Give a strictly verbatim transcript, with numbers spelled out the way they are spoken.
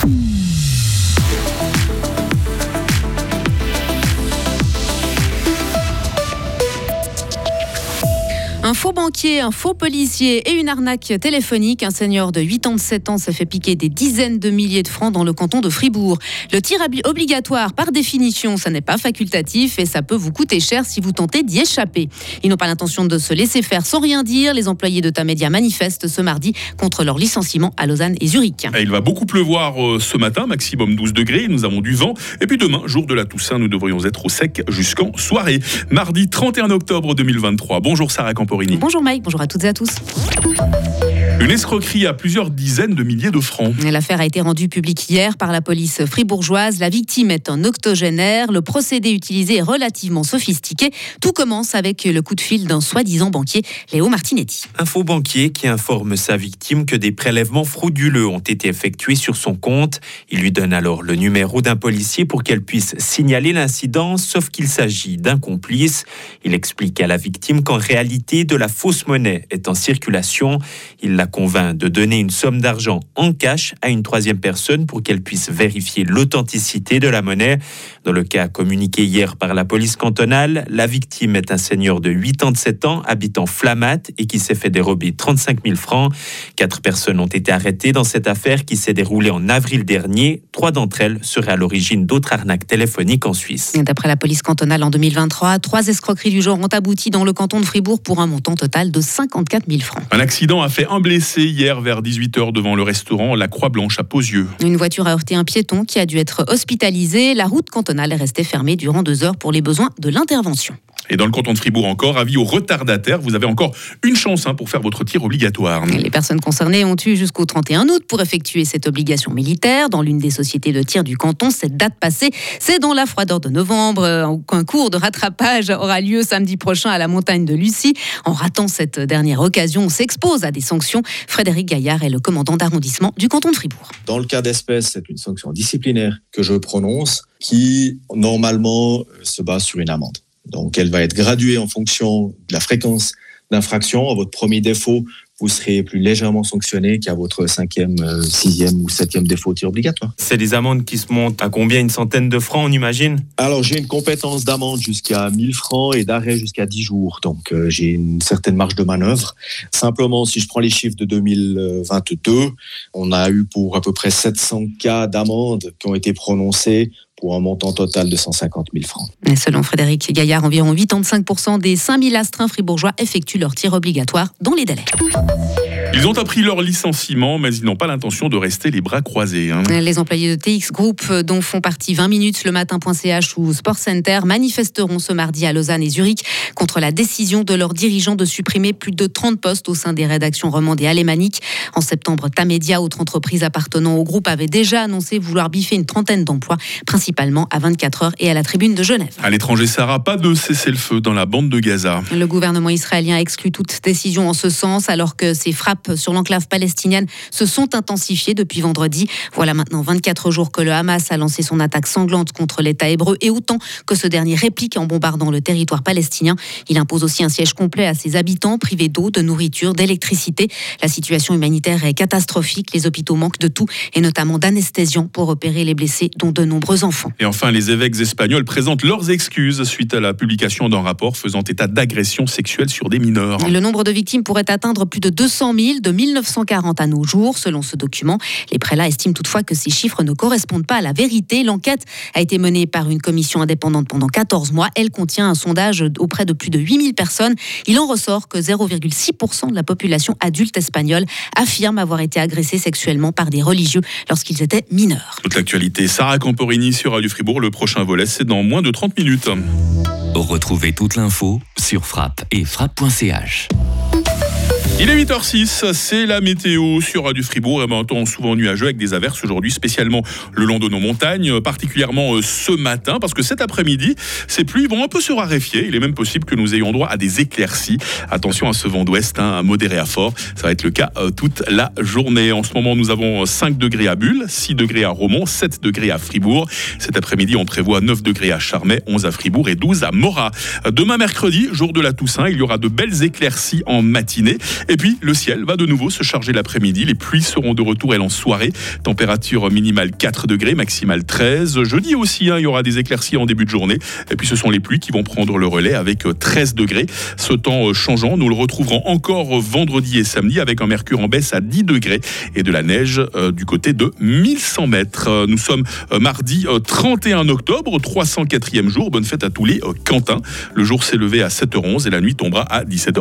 Un faux banquier, un faux policier et une arnaque téléphonique. Un senior de quatre-vingt-sept ans s'est fait piquer des dizaines de milliers de francs dans le canton de Fribourg. Le tir obligatoire, par définition, ça n'est pas facultatif et ça peut vous coûter cher si vous tentez d'y échapper. Ils n'ont pas l'intention de se laisser faire sans rien dire. Les employés de Tamedia manifestent ce mardi contre leur licenciement à Lausanne et Zurich. Il va beaucoup pleuvoir ce matin, maximum douze degrés. Nous avons du vent. Et puis demain, jour de la Toussaint, nous devrions être au sec jusqu'en soirée. Mardi trente et un octobre deux mille vingt-trois. Bonjour Sarah Camporini. Bonjour Mike, bonjour à toutes et à tous. Une escroquerie à plusieurs dizaines de milliers de francs. L'affaire a été rendue publique hier par la police fribourgeoise. La victime est un octogénaire. Le procédé utilisé est relativement sophistiqué. Tout commence avec le coup de fil d'un soi-disant banquier, Léo Martinetti. Un faux banquier qui informe sa victime que des prélèvements frauduleux ont été effectués sur son compte. Il lui donne alors le numéro d'un policier pour qu'elle puisse signaler l'incident, sauf qu'il s'agit d'un complice. Il explique à la victime qu'en réalité, de la fausse monnaie est en circulation. Il la convainc de donner une somme d'argent en cash à une troisième personne pour qu'elle puisse vérifier l'authenticité de la monnaie. Dans le cas communiqué hier par la police cantonale, la victime est un senior de quatre-vingt-sept ans, habitant Flamatt et qui s'est fait dérober trente-cinq mille francs. Quatre personnes ont été arrêtées dans cette affaire qui s'est déroulée en avril dernier. Trois d'entre elles seraient à l'origine d'autres arnaques téléphoniques en Suisse. D'après la police cantonale, en deux mille vingt-trois, trois escroqueries du genre ont abouti dans le canton de Fribourg pour un montant total de cinquante-quatre mille francs. Un accident a fait un blessé hier vers dix-huit heures devant le restaurant La Croix-Blanche à Pozieux. Une voiture a heurté un piéton qui a dû être hospitalisé. La route cantonale est restée fermée durant deux heures pour les besoins de l'intervention. Et dans le canton de Fribourg encore, avis aux retardataires, vous avez encore une chance hein, pour faire votre tir obligatoire. Les personnes concernées ont eu jusqu'au trente et un août pour effectuer cette obligation militaire. Dans l'une des sociétés de tir du canton, cette date passée, c'est dans la froideur de novembre. Un cours de rattrapage aura lieu samedi prochain à la montagne de Lucie. En ratant cette dernière occasion, on s'expose à des sanctions. Frédéric Gaillard est le commandant d'arrondissement du canton de Fribourg. Dans le cas d'espèce, c'est une sanction disciplinaire que je prononce qui, normalement, se base sur une amende. Donc, elle va être graduée en fonction de la fréquence d'infraction. À votre premier défaut, vous serez plus légèrement sanctionné qu'à votre cinquième, euh, sixième ou septième défaut au tir obligatoire. C'est des amendes qui se montent à combien? Une centaine de francs, on imagine? Alors, j'ai une compétence d'amende jusqu'à mille francs et d'arrêt jusqu'à dix jours. Donc, euh, j'ai une certaine marge de manœuvre. Simplement, si je prends les chiffres de deux mille vingt-deux, on a eu pour à peu près sept cents cas d'amendes qui ont été prononcés pour un montant total de cent cinquante mille francs. Et selon Frédéric Gaillard, environ quatre-vingt-quinze pour cent des cinq mille astreints fribourgeois effectuent leur tir obligatoire dans les délais. Ils ont appris leur licenciement, mais ils n'ont pas l'intention de rester les bras croisés. Hein. Les employés de T X Group, dont font partie vingt minutes le matin point c h ou Sport Center, manifesteront ce mardi à Lausanne et Zurich contre la décision de leurs dirigeants de supprimer plus de trente postes au sein des rédactions romandes et alémaniques. En septembre, Tamedia, autre entreprise appartenant au groupe, avait déjà annoncé vouloir biffer une trentaine d'emplois, principalement à vingt-quatre heures et à la Tribune de Genève. À l'étranger, Sarah, pas de cessez-le-feu dans la bande de Gaza. Le gouvernement israélien exclut toute décision en ce sens, alors que ces frappes sur l'enclave palestinienne se sont intensifiées depuis vendredi. Voilà maintenant vingt-quatre jours que le Hamas a lancé son attaque sanglante contre l'État hébreu et autant que ce dernier réplique en bombardant le territoire palestinien. Il impose aussi un siège complet à ses habitants, privés d'eau, de nourriture, d'électricité. La situation humanitaire est catastrophique. Les hôpitaux manquent de tout et notamment d'anesthésiants pour opérer les blessés, dont de nombreux enfants. Et enfin, les évêques espagnols présentent leurs excuses suite à la publication d'un rapport faisant état d'agressions sexuelles sur des mineurs. Le nombre de victimes pourrait atteindre plus de deux cent mille de mille neuf cent quarante à nos jours, selon ce document. Les prélats estiment toutefois que ces chiffres ne correspondent pas à la vérité. L'enquête a été menée par une commission indépendante pendant quatorze mois. Elle contient un sondage auprès de plus de huit mille personnes. Il en ressort que zéro virgule six pour cent de la population adulte espagnole affirme avoir été agressée sexuellement par des religieux lorsqu'ils étaient mineurs. Toute l'actualité, Sarah Camporini sur Radio Fribourg. Le prochain volet, c'est dans moins de trente minutes. Retrouvez toute l'info sur frappe et frappe point c h. Il est huit heures six, c'est la météo sur Radio Fribourg. Et ben, un temps souvent nuageux avec des averses aujourd'hui, spécialement le long de nos montagnes, particulièrement ce matin, parce que cet après-midi, ces pluies vont un peu se raréfier. Il est même possible que nous ayons droit à des éclaircies. Attention à ce vent d'ouest, hein, modéré à fort. Ça va être le cas euh, toute la journée. En ce moment, nous avons cinq degrés à Bulle, six degrés à Romont, sept degrés à Fribourg. Cet après-midi, on prévoit neuf degrés à Charmey, onze à Fribourg et douze à Morat. Demain, mercredi, jour de la Toussaint, il y aura de belles éclaircies en matinée. Et puis, le ciel va de nouveau se charger l'après-midi. Les pluies seront de retour, elles, en soirée. Température minimale quatre degrés, maximale treize. Jeudi aussi, hein, il y aura des éclaircies en début de journée. Et puis, ce sont les pluies qui vont prendre le relais avec treize degrés. Ce temps changeant, nous le retrouverons encore vendredi et samedi avec un mercure en baisse à dix degrés et de la neige euh, du côté de mille cent mètres. Nous sommes euh, mardi euh, trente et un octobre, trois cent quatrième jour. Bonne fête à tous les euh, Quentins. Le jour s'est levé à sept heures onze et la nuit tombera à dix-sept heures.